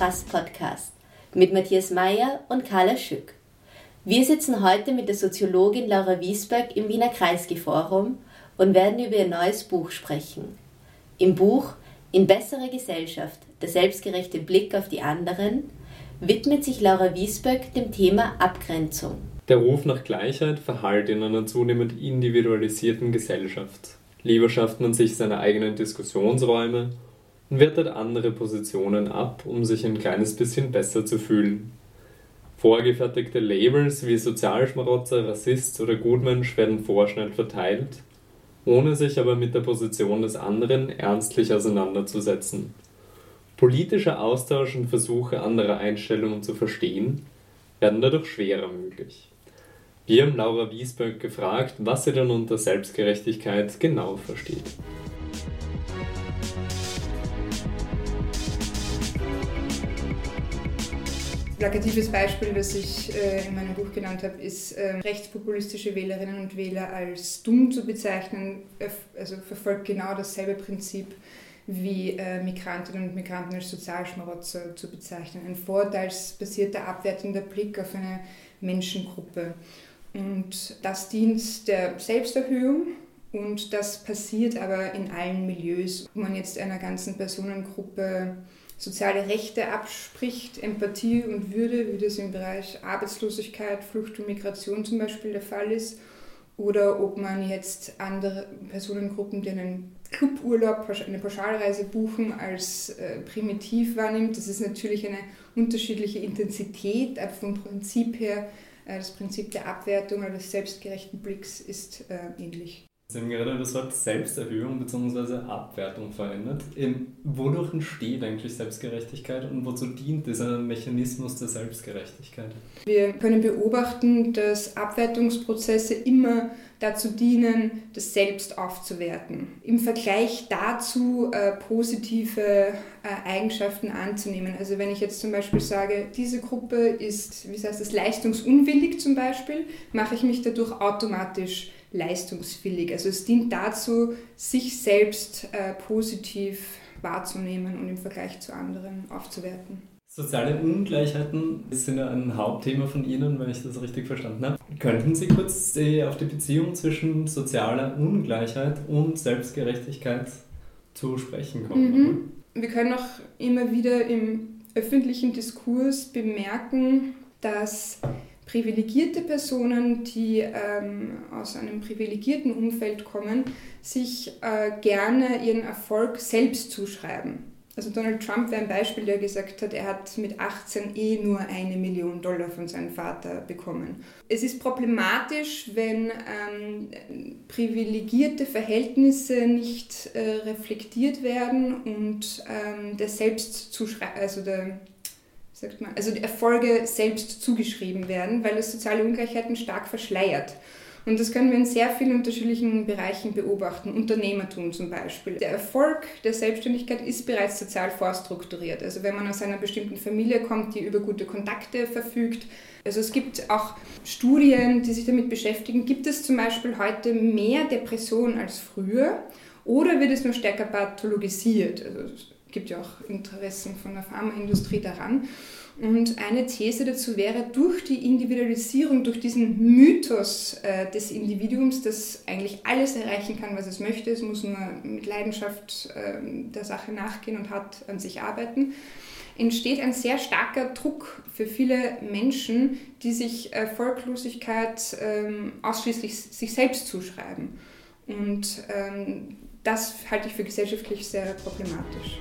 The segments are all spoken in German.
Krass-Podcast mit Matthias Meyer und Carla Schück. Wir sitzen heute mit der Soziologin Laura Wiesberg im Wiener Kreisky-Forum und werden über ihr neues Buch sprechen. Im Buch In bessere Gesellschaft, der selbstgerechte Blick auf die anderen, widmet sich Laura Wiesberg dem Thema Abgrenzung. Der Ruf nach Gleichheit verhallt in einer zunehmend individualisierten Gesellschaft. Lieber schafft man sich seine eigenen Diskussionsräume und wertet andere Positionen ab, um sich ein kleines bisschen besser zu fühlen. Vorgefertigte Labels wie Sozialschmarotzer, Rassist oder Gutmensch werden vorschnell verteilt, ohne sich aber mit der Position des anderen ernstlich auseinanderzusetzen. Politischer Austausch und Versuche, andere Einstellungen zu verstehen, werden dadurch schwerer möglich. Wir haben Laura Wiesberg gefragt, was sie denn unter Selbstgerechtigkeit genau versteht. Plakatives Beispiel, das ich in meinem Buch genannt habe, ist rechtspopulistische Wählerinnen und Wähler als dumm zu bezeichnen, also verfolgt genau dasselbe Prinzip wie Migrantinnen und Migranten als Sozialschmarotzer zu bezeichnen. Ein vorurteilsbasierter, abwertender Blick auf eine Menschengruppe. Und das dient der Selbsterhöhung und das passiert aber in allen Milieus. Ob man jetzt einer ganzen Personengruppe soziale Rechte abspricht, Empathie und Würde, wie das im Bereich Arbeitslosigkeit, Flucht und Migration zum Beispiel der Fall ist, oder ob man jetzt andere Personengruppen, die einen Cluburlaub, eine Pauschalreise buchen, als primitiv wahrnimmt. Das ist natürlich eine unterschiedliche Intensität, aber vom Prinzip her, das Prinzip der Abwertung oder des selbstgerechten Blicks ist ähnlich. Sie haben gerade das Wort Selbsterhöhung bzw. Abwertung verwendet. Wodurch entsteht eigentlich Selbstgerechtigkeit und wozu dient dieser Mechanismus der Selbstgerechtigkeit? Wir können beobachten, dass Abwertungsprozesse immer dazu dienen, das Selbst aufzuwerten. Im Vergleich dazu positive Eigenschaften anzunehmen. Also wenn ich jetzt zum Beispiel sage, diese Gruppe ist, leistungsunwillig zum Beispiel, mache ich mich dadurch automatisch leistungswillig. Also es dient dazu, sich selbst positiv wahrzunehmen und im Vergleich zu anderen aufzuwerten. Soziale Ungleichheiten sind ja ein Hauptthema von Ihnen, wenn ich das richtig verstanden habe. Könnten Sie kurz auf die Beziehung zwischen sozialer Ungleichheit und Selbstgerechtigkeit zu sprechen kommen? Wir können auch immer wieder im öffentlichen Diskurs bemerken, dass privilegierte Personen, die aus einem privilegierten Umfeld kommen, sich gerne ihren Erfolg selbst zuschreiben. Also Donald Trump wäre ein Beispiel, der gesagt hat, er hat mit 18 nur $1 Million von seinem Vater bekommen. Es ist problematisch, wenn privilegierte Verhältnisse nicht reflektiert werden und die Erfolge selbst zugeschrieben werden, weil das soziale Ungleichheiten stark verschleiert. Und das können wir in sehr vielen unterschiedlichen Bereichen beobachten. Unternehmertum zum Beispiel. Der Erfolg der Selbstständigkeit ist bereits sozial vorstrukturiert. Also wenn man aus einer bestimmten Familie kommt, die über gute Kontakte verfügt. Also es gibt auch Studien, die sich damit beschäftigen. Gibt es zum Beispiel heute mehr Depression als früher oder wird es nur stärker pathologisiert? Also es gibt ja auch Interessen von der Pharmaindustrie daran. Und eine These dazu wäre, durch die Individualisierung, durch diesen Mythos des Individuums, das eigentlich alles erreichen kann, was es möchte, es muss nur mit Leidenschaft der Sache nachgehen und hart an sich arbeiten, entsteht ein sehr starker Druck für viele Menschen, die sich Erfolglosigkeit ausschließlich sich selbst zuschreiben. Und das halte ich für gesellschaftlich sehr problematisch.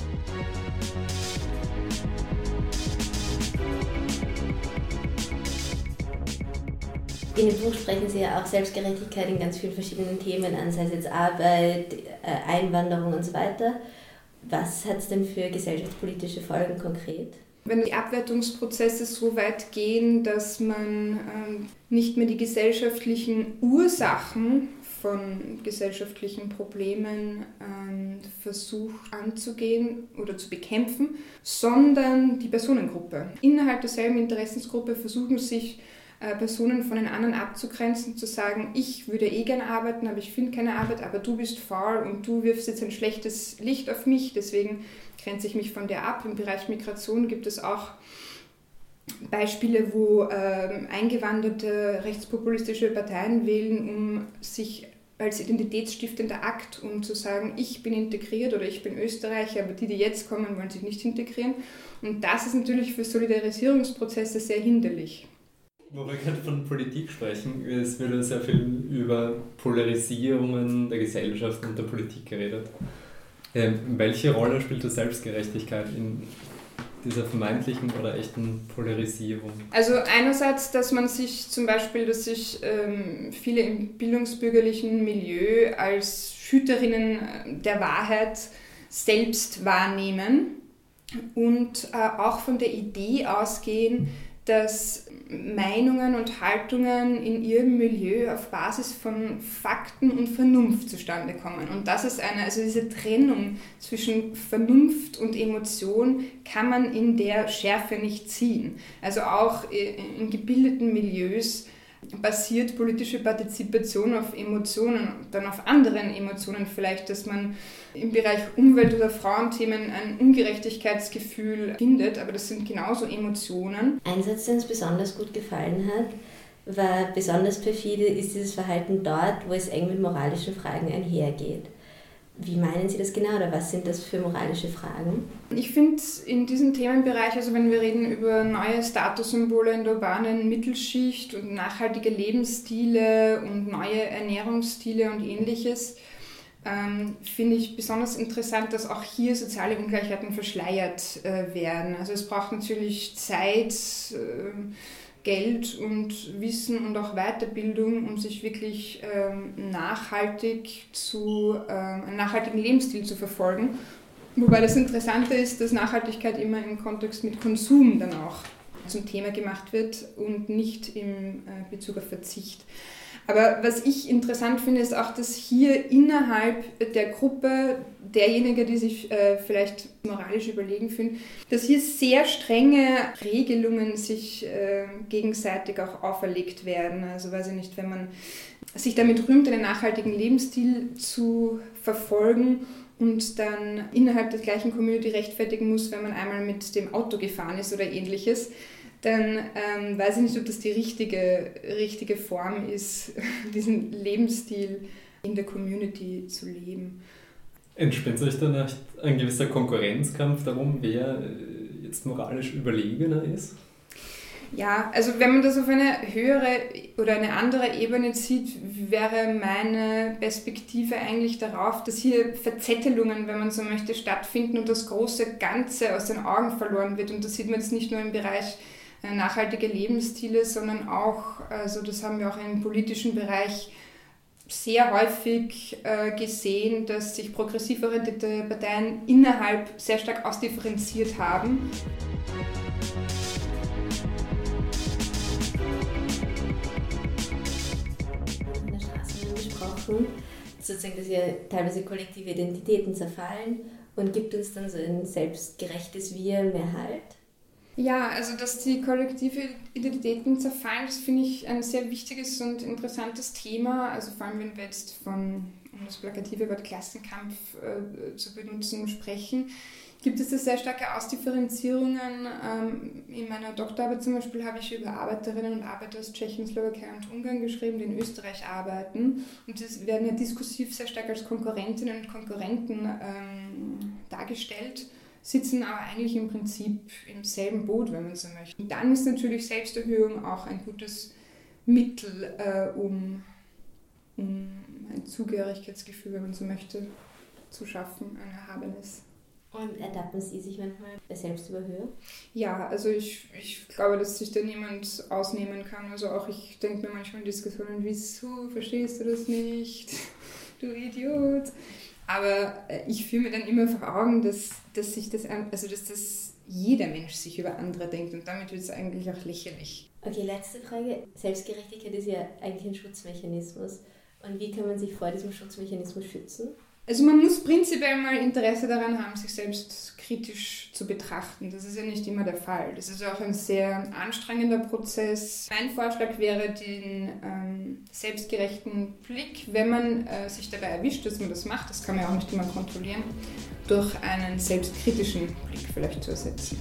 In dem Buch sprechen Sie ja auch Selbstgerechtigkeit in ganz vielen verschiedenen Themen an, sei es jetzt Arbeit, Einwanderung und so weiter. Was hat es denn für gesellschaftspolitische Folgen konkret? Wenn die Abwertungsprozesse so weit gehen, dass man nicht mehr die gesellschaftlichen Ursachen von gesellschaftlichen Problemen versucht anzugehen oder zu bekämpfen, sondern die Personengruppe. Innerhalb derselben Interessensgruppe versuchen sich Personen von den anderen abzugrenzen, zu sagen, ich würde gerne arbeiten, aber ich finde keine Arbeit, aber du bist faul und du wirfst jetzt ein schlechtes Licht auf mich, deswegen grenze ich mich von dir ab. Im Bereich Migration gibt es auch Beispiele, wo eingewanderte rechtspopulistische Parteien wählen, um sich als identitätsstiftender Akt, um zu sagen, ich bin integriert oder ich bin Österreicher, aber die jetzt kommen, wollen sich nicht integrieren. Und das ist natürlich für Solidarisierungsprozesse sehr hinderlich. Wo wir gerade von Politik sprechen, es wird sehr viel über Polarisierungen der Gesellschaft und der Politik geredet. Welche Rolle spielt die Selbstgerechtigkeit in dieser vermeintlichen oder echten Polarisierung? Also einerseits, dass sich viele im bildungsbürgerlichen Milieu als Hüterinnen der Wahrheit selbst wahrnehmen und auch von der Idee ausgehen, dass Meinungen und Haltungen in ihrem Milieu auf Basis von Fakten und Vernunft zustande kommen. Und das ist diese Trennung zwischen Vernunft und Emotion kann man in der Schärfe nicht ziehen. Also auch in gebildeten Milieus basiert politische Partizipation auf Emotionen, dann auf anderen Emotionen vielleicht, dass man im Bereich Umwelt- oder Frauenthemen ein Ungerechtigkeitsgefühl findet, aber das sind genauso Emotionen. Ein Satz, der uns besonders gut gefallen hat, war, besonders perfide ist dieses Verhalten dort, wo es eng mit moralischen Fragen einhergeht. Wie meinen Sie das genau oder was sind das für moralische Fragen? Ich finde in diesem Themenbereich, also wenn wir reden über neue Statussymbole in der urbanen Mittelschicht und nachhaltige Lebensstile und neue Ernährungsstile und Ähnliches, finde ich besonders interessant, dass auch hier soziale Ungleichheiten verschleiert werden. Also es braucht natürlich Zeit, Geld und Wissen und auch Weiterbildung, um sich wirklich einen nachhaltigen Lebensstil zu verfolgen. Wobei das Interessante ist, dass Nachhaltigkeit immer im Kontext mit Konsum dann auch zum Thema gemacht wird und nicht im Bezug auf Verzicht. Aber was ich interessant finde, ist auch, dass hier innerhalb der Gruppe derjenigen, die sich vielleicht moralisch überlegen fühlen, dass hier sehr strenge Regelungen sich gegenseitig auch auferlegt werden. Also weiß ich nicht, wenn man sich damit rühmt, einen nachhaltigen Lebensstil zu verfolgen und dann innerhalb der gleichen Community rechtfertigen muss, wenn man einmal mit dem Auto gefahren ist oder Ähnliches, dann weiß ich nicht, ob das die richtige Form ist, diesen Lebensstil in der Community zu leben. Entspinnt sich dann nicht ein gewisser Konkurrenzkampf darum, wer jetzt moralisch überlegener ist? Ja, also wenn man das auf eine höhere oder eine andere Ebene zieht, wäre meine Perspektive eigentlich darauf, dass hier Verzettelungen, wenn man so möchte, stattfinden und das große Ganze aus den Augen verloren wird. Und das sieht man jetzt nicht nur im Bereich nachhaltige Lebensstile, sondern auch, also das haben wir auch im politischen Bereich sehr häufig gesehen, dass sich progressiv orientierte Parteien innerhalb sehr stark ausdifferenziert haben. In der Straße angesprochen, sozusagen, dass ja teilweise kollektive Identitäten zerfallen und gibt uns dann so ein selbstgerechtes Wir mehr Halt. Ja, also dass die kollektive Identitäten zerfallen, das finde ich ein sehr wichtiges und interessantes Thema. Also vor allem, wenn wir jetzt um das plakative Wort Klassenkampf zu benutzen, sprechen, gibt es da sehr starke Ausdifferenzierungen. In meiner Doktorarbeit zum Beispiel habe ich über Arbeiterinnen und Arbeiter aus Tschechien, Slowakei und Ungarn geschrieben, die in Österreich arbeiten. Und das werden ja diskursiv sehr stark als Konkurrentinnen und Konkurrenten dargestellt, sitzen aber eigentlich im Prinzip im selben Boot, wenn man so möchte. Und dann ist natürlich Selbsterhöhung auch ein gutes Mittel, um ein Zugehörigkeitsgefühl, wenn man so möchte, zu schaffen, ein erhabenes. Und ertappen Sie sich manchmal bei Selbstüberhöhung? Ja, also ich glaube, dass sich da niemand ausnehmen kann. Also auch ich denke mir manchmal in Diskussionen, wieso verstehst du das nicht, du Idiot? Aber ich führe mir dann immer vor Augen, dass jeder Mensch sich über andere denkt und damit wird es eigentlich auch lächerlich. Okay, letzte Frage. Selbstgerechtigkeit ist ja eigentlich ein Schutzmechanismus. Und wie kann man sich vor diesem Schutzmechanismus schützen? Also man muss prinzipiell mal Interesse daran haben, sich selbst kritisch zu betrachten. Das ist ja nicht immer der Fall. Das ist auch ein sehr anstrengender Prozess. Mein Vorschlag wäre, den selbstgerechten Blick, wenn man sich dabei erwischt, dass man das macht, das kann man ja auch nicht immer kontrollieren, durch einen selbstkritischen Blick vielleicht zu ersetzen.